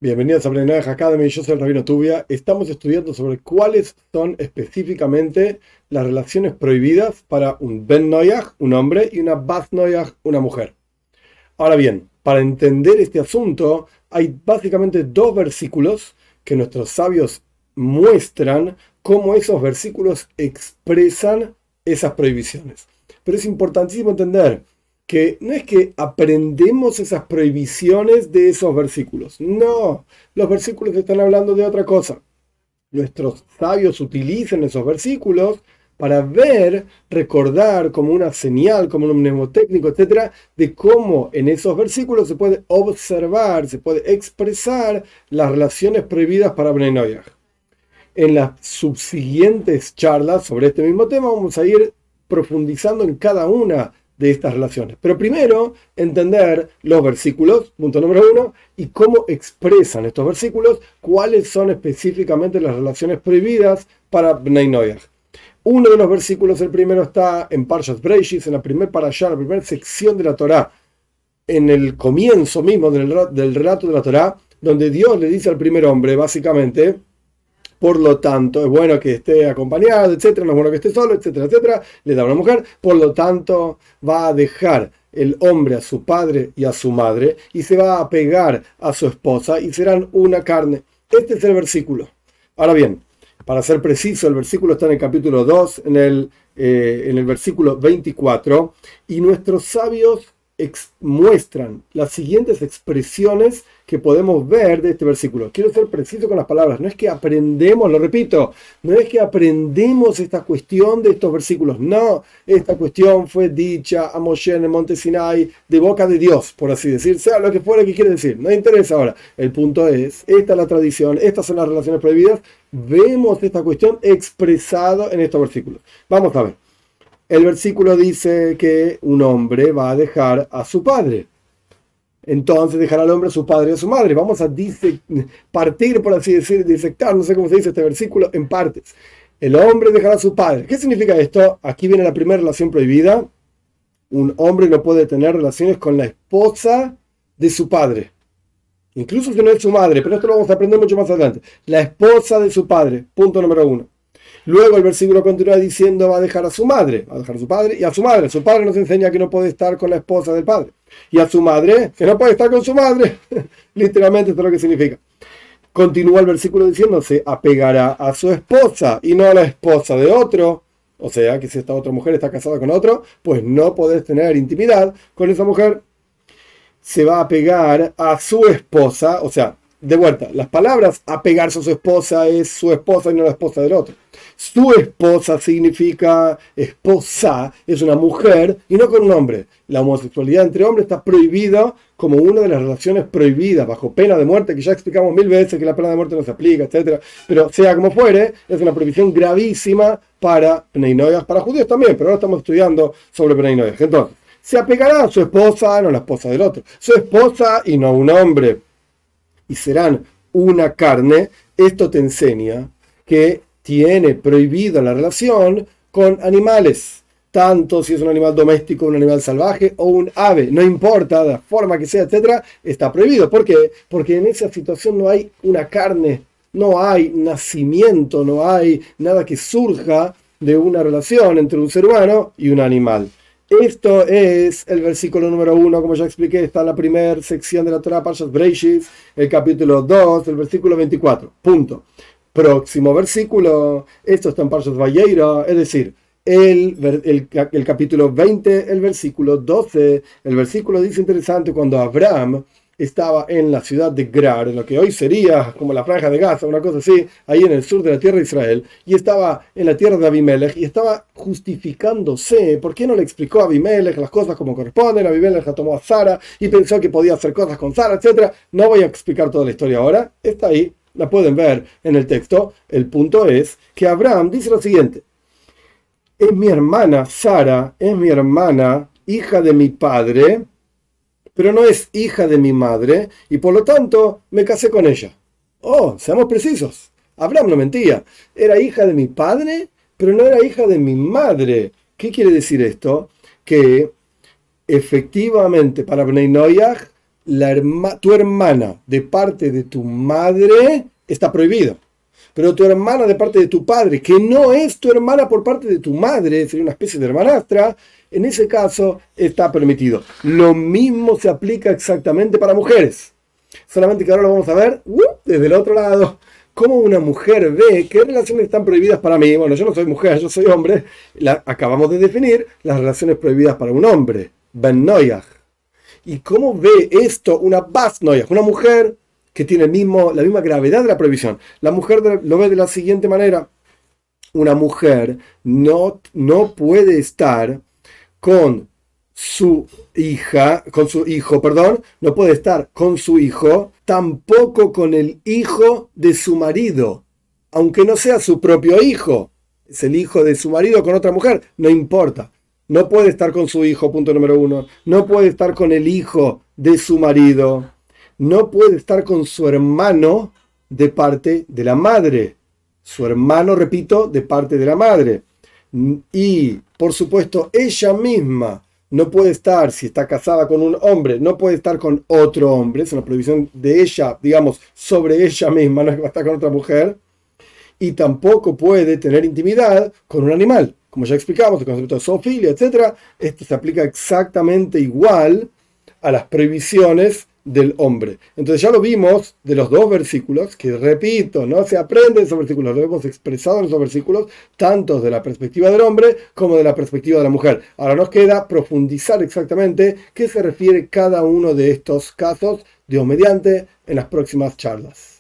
Bienvenidos a Bnei Noach Academy, yo soy el Rabino Tubia. Estamos estudiando sobre cuáles son específicamente las relaciones prohibidas para un Ben Noach, un hombre, y una Bat Noach, una mujer. Ahora bien, para entender este asunto, hay básicamente dos versículos que nuestros sabios muestran cómo esos versículos expresan esas prohibiciones. Pero es importantísimo entender que no es que aprendemos esas prohibiciones de esos versículos. No, los versículos están hablando de otra cosa. Nuestros sabios utilizan esos versículos para ver, recordar como una señal, como un mnemotécnico, etcétera, de cómo en esos versículos se puede observar, se puede expresar las relaciones prohibidas para Bnei Noach. En las subsiguientes charlas sobre este mismo tema vamos a ir profundizando en cada una de estas relaciones. Pero primero, entender los versículos, punto número 1, y cómo expresan estos versículos, cuáles son específicamente las relaciones prohibidas para Bnei Noach. Uno de los versículos, el primero, está en Parshas Breishis, en la primera parashá, en la primera sección de la Torá, en el comienzo mismo del relato de la Torá, donde Dios le dice al primer hombre, básicamente: por lo tanto, es bueno que esté acompañado, etcétera, no es bueno que esté solo, etcétera, etcétera. Le da a una mujer, por lo tanto, va a dejar el hombre a su padre y a su madre y se va a apegar a su esposa y serán una carne. Este es el versículo. Ahora bien, para ser preciso, el versículo está en el capítulo 2, en el versículo 24, y nuestros sabios muestran las siguientes expresiones que podemos ver de este versículo. Quiero ser preciso con las palabras. No es que aprendemos, lo repito, no es que aprendemos esta cuestión de estos versículos. No, esta cuestión fue dicha a Moshe en el monte Sinai de boca de Dios, por así decir, sea lo que fuera que quiere decir. No interesa ahora. El punto es, esta es la tradición, estas son las relaciones prohibidas. Vemos esta cuestión expresada en estos versículos. Vamos a ver. El versículo dice que un hombre va a dejar a su padre. Entonces dejará al hombre a su padre y a su madre. Vamos a partir, por así decir, disectar, no sé cómo se dice este versículo, en partes. El hombre dejará a su padre. ¿Qué significa esto? Aquí viene la primera relación prohibida. Un hombre no puede tener relaciones con la esposa de su padre. Incluso si no es su madre, pero esto lo vamos a aprender mucho más adelante. La esposa de su padre, punto número 1. Luego el versículo continúa diciendo: va a dejar a su madre, va a dejar a su padre y a su madre. Su padre nos enseña que no puede estar con la esposa del padre. Y a su madre, que no puede estar con su madre. Literalmente esto es lo que significa. Continúa el versículo diciendo: se apegará a su esposa y no a la esposa de otro. O sea, que si esta otra mujer está casada con otro, pues no podés tener intimidad con esa mujer. Se va a apegar a su esposa, o sea, de vuelta, las palabras apegarse a su esposa es su esposa y no la esposa del otro. Su esposa significa esposa, es una mujer y no con un hombre. La homosexualidad entre hombres está prohibida como una de las relaciones prohibidas bajo pena de muerte, que ya explicamos 1000 veces que la pena de muerte no se aplica, etc. Pero sea como fuere, es una prohibición gravísima para Bnei Noach, para judíos también, pero ahora estamos estudiando sobre Bnei Noach. Entonces, se apegará a su esposa, no a la esposa del otro. Su esposa y no a un hombre. Y serán una carne. Esto te enseña que tiene prohibida la relación con animales, tanto si es un animal doméstico, un animal salvaje o un ave, no importa la forma que sea, etcétera, está prohibido. ¿Por qué? Porque en esa situación no hay una carne, no hay nacimiento, no hay nada que surja de una relación entre un ser humano y un animal. Esto es el versículo número 1, como ya expliqué, está en la primera sección de la Torá, Parshas Breishis, el capítulo 2, el versículo 24. Punto. Próximo versículo, esto está en Parshas Vayeira, es decir, el capítulo 20, el versículo 12. El versículo dice interesante: cuando Abraham estaba en la ciudad de Gerar, en lo que hoy sería como la franja de Gaza, una cosa así, ahí en el sur de la tierra de Israel, y estaba en la tierra de Abimelech, y estaba justificándose. ¿Por qué no le explicó a Abimelech las cosas como corresponden? Abimelech la tomó a Sara y pensó que podía hacer cosas con Sara, etc. No voy a explicar toda la historia ahora, está ahí, la pueden ver en el texto. El punto es que Abraham dice lo siguiente: es mi hermana Sara, es mi hermana, hija de mi padre, pero no es hija de mi madre, y por lo tanto me casé con ella. Oh, seamos precisos. Abraham no mentía. Era hija de mi padre, pero no era hija de mi madre. ¿Qué quiere decir esto? Que efectivamente para Bnei Noach tu hermana de parte de tu madre está prohibido. Pero tu hermana de parte de tu padre, que no es tu hermana por parte de tu madre, sería una especie de hermanastra, en ese caso está permitido. Lo mismo se aplica exactamente para mujeres. Solamente que ahora lo vamos a ver desde el otro lado. Cómo una mujer ve qué relaciones están prohibidas para mí. Bueno, yo no soy mujer, yo soy hombre. Acabamos de definir las relaciones prohibidas para un hombre. Ben Noyaj. ¿Y cómo ve esto una Bas Noyaj? Una mujer que tiene la misma gravedad de la prohibición. La mujer lo ve de la siguiente manera. Una mujer no puede estar con su hijo, no puede estar con su hijo, tampoco con el hijo de su marido, aunque no sea su propio hijo, es el hijo de su marido con otra mujer, no importa. No puede estar con su hijo, punto número 1. No puede estar con el hijo de su marido. No puede estar con su hermano de parte de la madre. Su hermano, repito, de parte de la madre. Y, por supuesto, ella misma no puede estar, si está casada con un hombre, no puede estar con otro hombre. Es una prohibición de ella, digamos, sobre ella misma, no es que va a estar con otra mujer. Y tampoco puede tener intimidad con un animal. Como ya explicamos, el concepto de zoofilia, etc. Esto se aplica exactamente igual a las prohibiciones del hombre. Entonces ya lo vimos de los dos versículos, que repito, no se aprende de esos versículos, lo hemos expresado en esos versículos, tanto de la perspectiva del hombre como de la perspectiva de la mujer. Ahora nos queda profundizar exactamente qué se refiere cada uno de estos casos, Dios mediante, en las próximas charlas.